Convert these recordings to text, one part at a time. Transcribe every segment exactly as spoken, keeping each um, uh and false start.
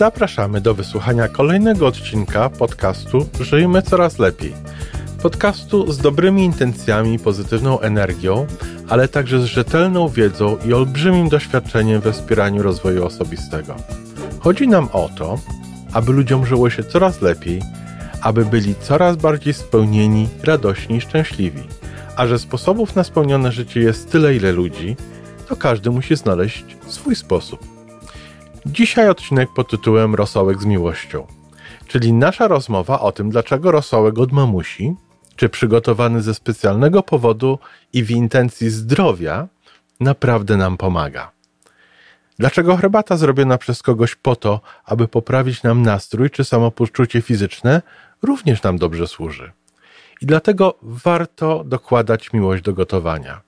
Zapraszamy do wysłuchania kolejnego odcinka podcastu Żyjmy Coraz Lepiej. Podcastu z dobrymi intencjami i pozytywną energią, ale także z rzetelną wiedzą i olbrzymim doświadczeniem we wspieraniu rozwoju osobistego. Chodzi nam o to, aby ludziom żyło się coraz lepiej, aby byli coraz bardziej spełnieni, radośni i szczęśliwi. A że sposobów na spełnione życie jest tyle, ile ludzi, to każdy musi znaleźć swój sposób. Dzisiaj odcinek pod tytułem Rosołek z miłością, czyli nasza rozmowa o tym, dlaczego rosołek od mamusi, czy przygotowany ze specjalnego powodu i w intencji zdrowia, naprawdę nam pomaga. Dlaczego herbata zrobiona przez kogoś po to, aby poprawić nam nastrój czy samopoczucie fizyczne, również nam dobrze służy. I dlatego warto dokładać miłość do gotowania.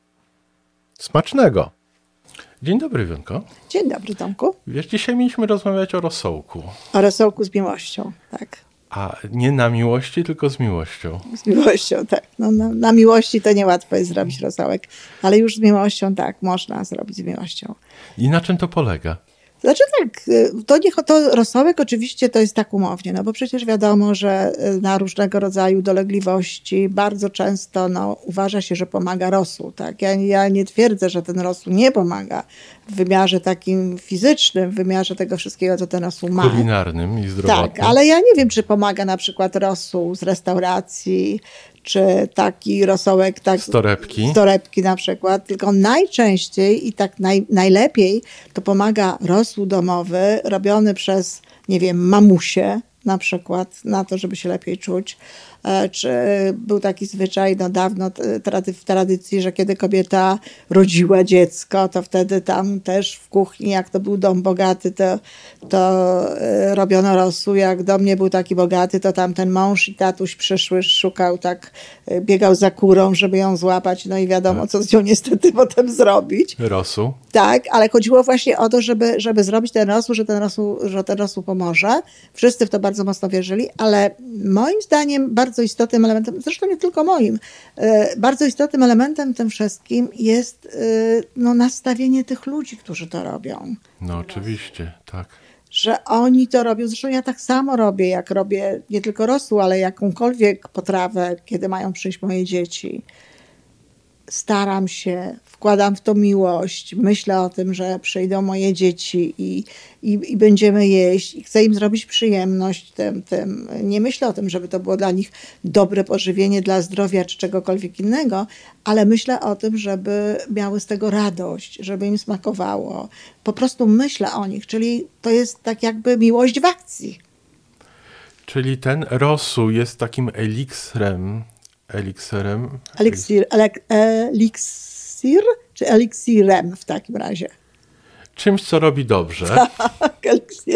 Smacznego! Dzień dobry, Wionko. Dzień dobry, Tomku. Wiesz, dzisiaj mieliśmy rozmawiać o rosołku. O rosołku z miłością, tak. A nie na miłości, tylko z miłością. Z miłością, tak. No, na, na miłości to niełatwo jest zrobić rosołek, ale już z miłością tak, można zrobić z miłością. I na czym to polega? Znaczy tak, to, nie, to rosołek oczywiście to jest tak umownie, no bo przecież wiadomo, że na różnego rodzaju dolegliwości bardzo często no, uważa się, że pomaga rosół. Tak? Ja, ja nie twierdzę, że ten rosół nie pomaga w wymiarze takim fizycznym, w wymiarze tego wszystkiego, co ten rosół ma. Kulinarnym i zdrowotnym. Tak, ale ja nie wiem, czy pomaga na przykład rosół z restauracji, czy taki rosołek, tak, z torebki. z torebki na przykład, tylko najczęściej i tak naj, najlepiej to pomaga rosół domowy robiony przez, nie wiem, mamusię na przykład, na to, żeby się lepiej czuć. Czy był taki zwyczaj no dawno w tradycji, że kiedy kobieta rodziła dziecko, to wtedy tam też w kuchni, jak to był dom bogaty, to, to robiono rosół. Jak dom nie był taki bogaty, to tam ten mąż i tatuś przyszły, szukał tak, biegał za kurą, żeby ją złapać. No i wiadomo, co z nią niestety potem zrobić. Rosół. Tak, ale chodziło właśnie o to, żeby, żeby zrobić ten rosół, że ten rosół, że ten rosół pomoże. Wszyscy w to bardzo mocno wierzyli, ale moim zdaniem bardzo istotnym elementem, zresztą nie tylko moim, bardzo istotnym elementem tym wszystkim jest no, nastawienie tych ludzi, którzy to robią. No oczywiście, tak. Że oni to robią. Zresztą ja tak samo robię, jak robię nie tylko rosół, ale jakąkolwiek potrawę, kiedy mają przyjść moje dzieci. Staram się, wkładam w to miłość, myślę o tym, że przyjdą moje dzieci i, i, i będziemy jeść i chcę im zrobić przyjemność tym, tym. Nie myślę o tym, żeby to było dla nich dobre pożywienie dla zdrowia czy czegokolwiek innego, ale myślę o tym, żeby miały z tego radość, żeby im smakowało. Po prostu myślę o nich, czyli to jest tak jakby miłość w akcji. Czyli ten rosół jest takim eliksirem, Eliksirem. Eliksir, elek, eliksir czy eliksirem w takim razie? Czymś, co robi dobrze. Tak, eliksir.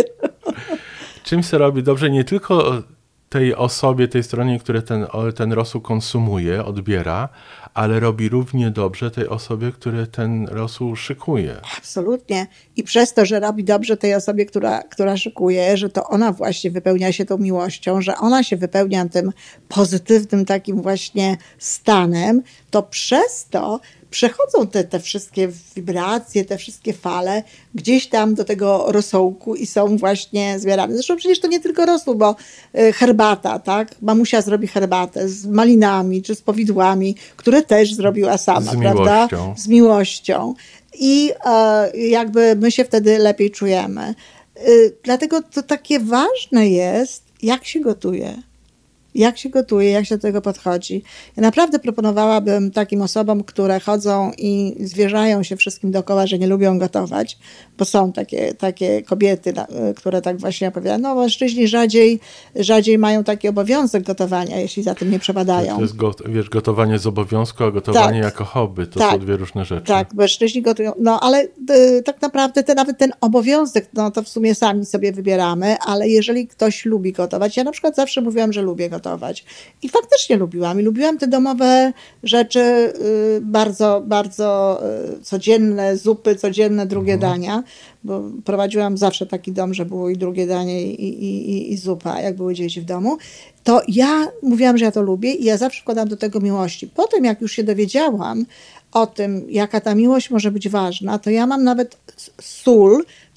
Czymś, co robi dobrze nie tylko tej osobie, tej stronie, która ten, ten rosół konsumuje, odbiera, ale robi równie dobrze tej osobie, która ten rosół szykuje. Absolutnie. I przez to, że robi dobrze tej osobie, która, która szykuje, że to ona właśnie wypełnia się tą miłością, że ona się wypełnia tym pozytywnym takim właśnie stanem, to przez to przechodzą te, te wszystkie wibracje, te wszystkie fale gdzieś tam do tego rosołku i są właśnie zbierane. Zresztą przecież to nie tylko rosół, bo herbata, tak? Mamusia zrobi herbatę z malinami czy z powidłami, które też zrobiła sama, z prawda? Miłością. Z miłością. I e, jakby my się wtedy lepiej czujemy. E, dlatego to takie ważne jest, jak się gotuje. Jak się gotuje, jak się do tego podchodzi. Ja naprawdę proponowałabym takim osobom, które chodzą i zwierzają się wszystkim dookoła, że nie lubią gotować, bo są takie, takie kobiety, które tak właśnie opowiadają, no mężczyźni rzadziej, rzadziej mają taki obowiązek gotowania, jeśli za tym nie przepadają. To jest, wiesz, gotowanie z obowiązku, a gotowanie tak. jako hobby, to tak. są dwie różne rzeczy. Tak, mężczyźni gotują, no ale y, tak naprawdę te, nawet ten obowiązek, no to w sumie sami sobie wybieramy, ale jeżeli ktoś lubi gotować, ja na przykład zawsze mówiłam, że lubię gotować, I faktycznie lubiłam. I lubiłam te domowe rzeczy y, bardzo, bardzo y, codzienne, zupy, codzienne, drugie mhm. dania, bo prowadziłam zawsze taki dom, że było i drugie danie i, i, i, i zupa, jak były dzieci w domu. To ja mówiłam, że ja to lubię i ja zawsze wkładam do tego miłości. Potem, jak już się dowiedziałam o tym, jaka ta miłość może być ważna, to ja mam nawet sól w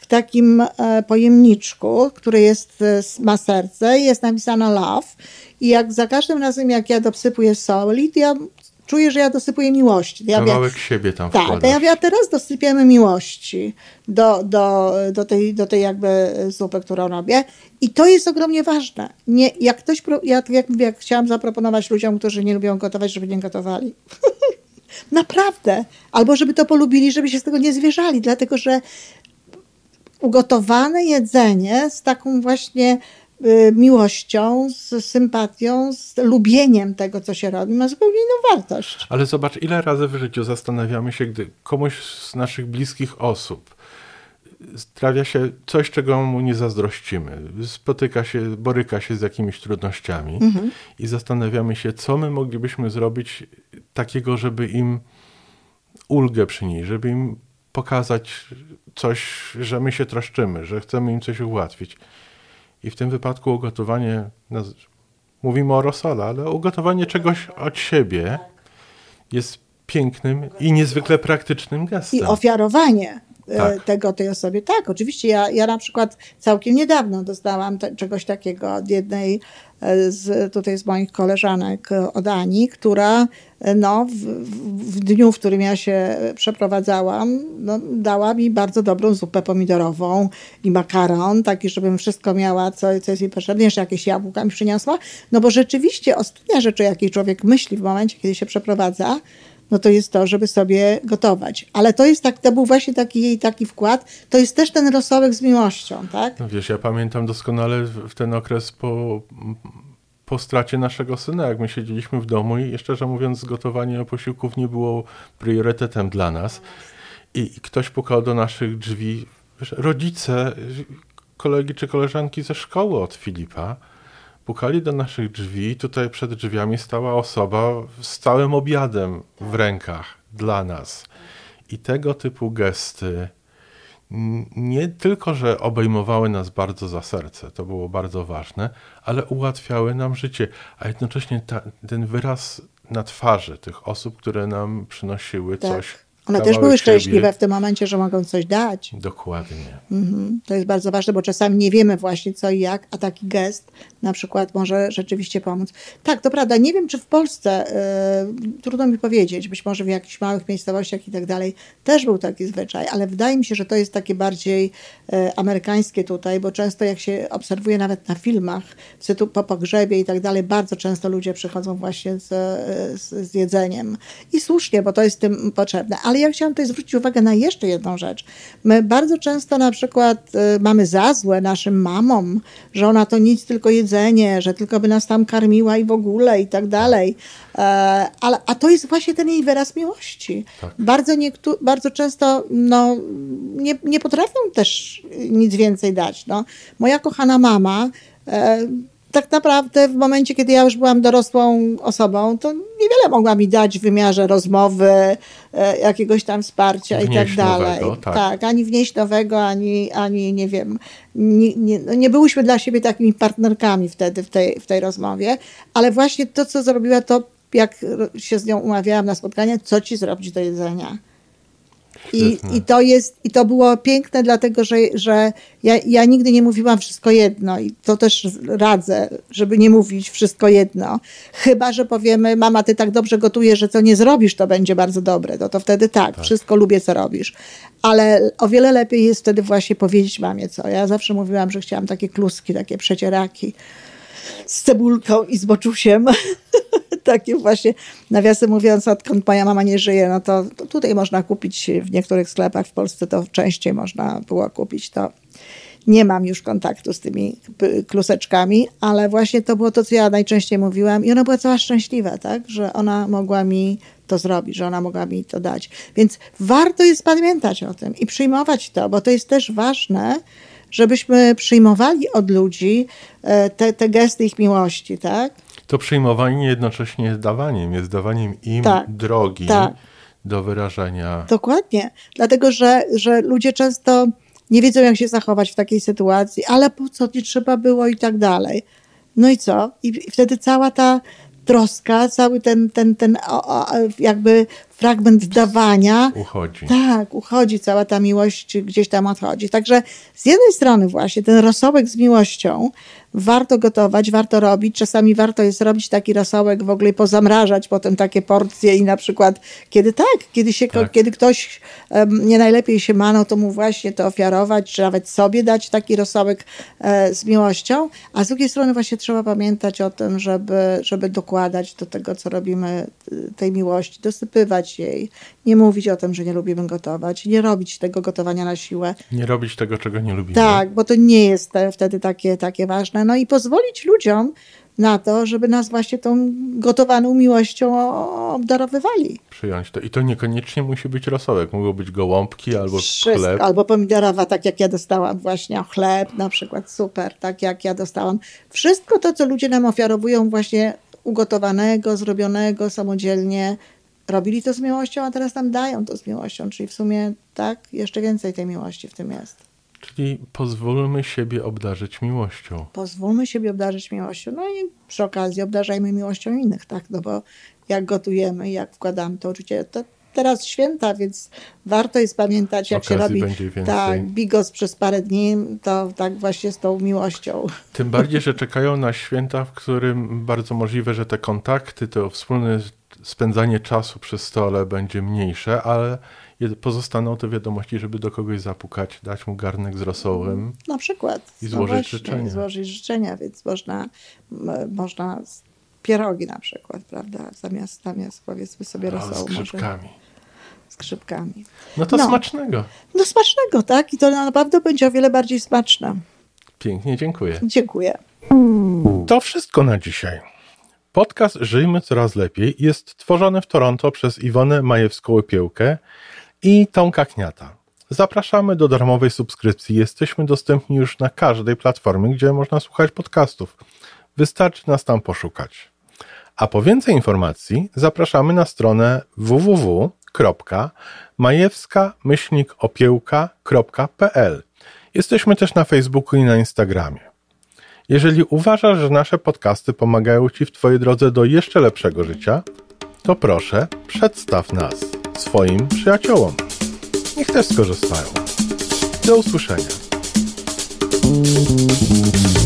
takim pojemniczku, który jest, ma serce i jest napisane love. I jak za każdym razem, jak ja dosypuję soli, to ja czuję, że ja dosypuję miłości. Ja Kawałek mówię, siebie tam tak, wkładasz. Tak, ja mówię, a teraz dosypiemy miłości do, do, do, tej, do tej jakby zupy, którą robię. I to jest ogromnie ważne. Nie, jak ktoś, ja, jak mówię, jak chciałam zaproponować ludziom, którzy nie lubią gotować, żeby nie gotowali. Naprawdę. Albo żeby to polubili, żeby się z tego nie zwierzali, dlatego że ugotowane jedzenie z taką właśnie y, miłością, z sympatią, z lubieniem tego, co się robi, ma zupełnie inną wartość. Ale zobacz, ile razy w życiu zastanawiamy się, gdy komuś z naszych bliskich osób trafia się coś, czego mu nie zazdrościmy, spotyka się, boryka się z jakimiś trudnościami mhm. i zastanawiamy się, co my moglibyśmy zrobić takiego, żeby im ulgę przynieść, żeby im pokazać coś, że my się troszczymy, że chcemy im coś ułatwić. I w tym wypadku ugotowanie, no, mówimy o rosole, ale ugotowanie czegoś od siebie jest pięknym i niezwykle praktycznym gestem. I ofiarowanie tak. tego tej osobie. Tak, oczywiście. Ja, ja na przykład całkiem niedawno dostałam te, czegoś takiego od jednej z, tutaj z moich koleżanek od Ani, która no, w, w dniu, w którym ja się przeprowadzałam, no, dała mi bardzo dobrą zupę pomidorową i makaron, taki, żebym wszystko miała, co, co jest jej potrzebne. Jeszcze jakieś jabłka mi przyniosła. No bo rzeczywiście ostatnia rzecz, o jakiej człowiek myśli w momencie, kiedy się przeprowadza, no to jest to, żeby sobie gotować. Ale to jest tak, to był właśnie taki jej taki wkład. To jest też ten rosołek z miłością, tak? No wiesz, ja pamiętam doskonale w ten okres po, po stracie naszego syna, jak my siedzieliśmy w domu i szczerze mówiąc gotowanie posiłków nie było priorytetem dla nas. I, i ktoś pukał do naszych drzwi. Wiesz, rodzice, kolegi czy koleżanki ze szkoły od Filipa pukali do naszych drzwi. Tutaj przed drzwiami stała osoba z całym obiadem w rękach dla nas. I tego typu gesty nie tylko, że obejmowały nas bardzo za serce, to było bardzo ważne, ale ułatwiały nam życie. A jednocześnie ta, ten wyraz na twarzy tych osób, które nam przynosiły tak. coś. One też były szczęśliwe siebie. W tym momencie, że mogą coś dać. Dokładnie. Mhm. To jest bardzo ważne, bo czasami nie wiemy właśnie co i jak, a taki gest na przykład może rzeczywiście pomóc. Tak, to prawda. Nie wiem, czy w Polsce, yy, trudno mi powiedzieć, być może w jakichś małych miejscowościach i tak dalej, też był taki zwyczaj, ale wydaje mi się, że to jest takie bardziej yy, amerykańskie tutaj, bo często jak się obserwuje nawet na filmach, po pogrzebie i tak dalej, bardzo często ludzie przychodzą właśnie z, z, z jedzeniem. I słusznie, bo to jest tym potrzebne. Ale ja chciałam tutaj zwrócić uwagę na jeszcze jedną rzecz. My bardzo często na przykład y, mamy za złe naszym mamom, że ona to nic, tylko jedzenie, że tylko by nas tam karmiła i w ogóle i tak dalej. E, ale, a to jest właśnie ten jej wyraz miłości. Tak. Bardzo, niektó- bardzo często no, nie, nie potrafią też nic więcej dać. No. Moja kochana mama e, tak naprawdę w momencie, kiedy ja już byłam dorosłą osobą, to niewiele mogła mi dać w wymiarze rozmowy, e, jakiegoś tam wsparcia wnieść i tak dalej. Nowego, tak. tak, ani wnieść nowego, ani, ani nie wiem, nie, nie, no nie byłyśmy dla siebie takimi partnerkami wtedy w tej, w tej rozmowie, ale właśnie to, co zrobiła, to jak się z nią umawiałam na spotkanie, co ci zrobić do jedzenia. I, i, to jest, I to było piękne, dlatego że, że ja, ja nigdy nie mówiłam wszystko jedno i to też radzę, żeby nie mówić wszystko jedno. Chyba że powiemy, mama, ty tak dobrze gotujesz, że co nie zrobisz, to będzie bardzo dobre. No to wtedy tak, tak, wszystko lubię, co robisz. Ale o wiele lepiej jest wtedy właśnie powiedzieć mamie co. Ja zawsze mówiłam, że chciałam takie kluski, takie przecieraki z cebulką i z boczusiem. Takie właśnie, nawiasem mówiąc, odkąd moja mama nie żyje, no to, to tutaj można kupić w niektórych sklepach, w Polsce to częściej można było kupić, to nie mam już kontaktu z tymi kluseczkami, ale właśnie to było to, co ja najczęściej mówiłam i ona była cała szczęśliwa, tak, że ona mogła mi to zrobić, że ona mogła mi to dać. Więc warto jest pamiętać o tym i przyjmować to, bo to jest też ważne, żebyśmy przyjmowali od ludzi te, te gesty ich miłości, tak? To przyjmowanie jednocześnie jest dawaniem, jest dawaniem im tak, drogi tak. do wyrażenia. Dokładnie, dlatego że, że ludzie często nie wiedzą, jak się zachować w takiej sytuacji, ale po co, nie trzeba było i tak dalej. No i co? I, i wtedy cała ta troska, cały ten, ten, ten o, o, jakby fragment dawania. Uchodzi. Tak, uchodzi, cała ta miłość gdzieś tam odchodzi. Także z jednej strony właśnie ten rosołek z miłością warto gotować, warto robić. Czasami warto jest robić taki rosołek, w ogóle pozamrażać potem takie porcje i na przykład, kiedy tak, kiedy, się, tak. kiedy ktoś um, nie najlepiej się ma, no to mu właśnie to ofiarować, czy nawet sobie dać taki rosołek e, z miłością. A z drugiej strony właśnie trzeba pamiętać o tym, żeby, żeby dokładać do tego, co robimy, tej miłości, dosypywać jej, nie mówić o tym, że nie lubimy gotować, nie robić tego gotowania na siłę. Nie robić tego, czego nie lubimy. Tak, bo to nie jest te, wtedy takie, takie ważne. No i pozwolić ludziom na to, żeby nas właśnie tą gotowaną miłością obdarowywali. Przyjąć to. I to niekoniecznie musi być rosołek. Mogą być gołąbki albo Wszystko, chleb. albo pomidorowa, tak jak ja dostałam właśnie, chleb na przykład, super, tak jak ja dostałam. Wszystko to, co ludzie nam ofiarowują właśnie ugotowanego, zrobionego samodzielnie, robili to z miłością, a teraz nam dają to z miłością. Czyli w sumie tak, jeszcze więcej tej miłości w tym jest. Czyli pozwólmy siebie obdarzyć miłością. Pozwólmy siebie obdarzyć miłością. No i przy okazji obdarzajmy miłością innych, tak? No bo jak gotujemy, jak wkładamy to uczucie, to teraz święta, więc warto jest pamiętać, jak Okazji się robi będzie więcej. tak, bigos przez parę dni, to tak właśnie z tą miłością. Tym bardziej, że czekają na święta, w którym bardzo możliwe, że te kontakty, to wspólne spędzanie czasu przy stole będzie mniejsze, ale pozostaną te wiadomości, żeby do kogoś zapukać, dać mu garnek z rosołem. Na przykład. I złożyć no właśnie, życzenia. I złożyć życzenia, więc można, można pierogi na przykład, prawda, zamiast, zamiast powiedzmy sobie rosołu. Z grzybkami. Może, z grzybkami. No to no. smacznego. No smacznego, tak? I to naprawdę będzie o wiele bardziej smaczne. Pięknie, dziękuję. Dziękuję. To wszystko na dzisiaj. Podcast Żyjmy Coraz Lepiej jest tworzony w Toronto przez Iwonę Majewską-Opiełkę i Tomka Kniata. Zapraszamy do darmowej subskrypcji. Jesteśmy dostępni już na każdej platformie, gdzie można słuchać podcastów. Wystarczy nas tam poszukać. A po więcej informacji zapraszamy na stronę w w w kropka majewska myślnik opiełka kropka p l. Jesteśmy też na Facebooku i na Instagramie. Jeżeli uważasz, że nasze podcasty pomagają Ci w Twojej drodze do jeszcze lepszego życia, to proszę, przedstaw nas swoim przyjaciołom. Niech też skorzystają. Do usłyszenia.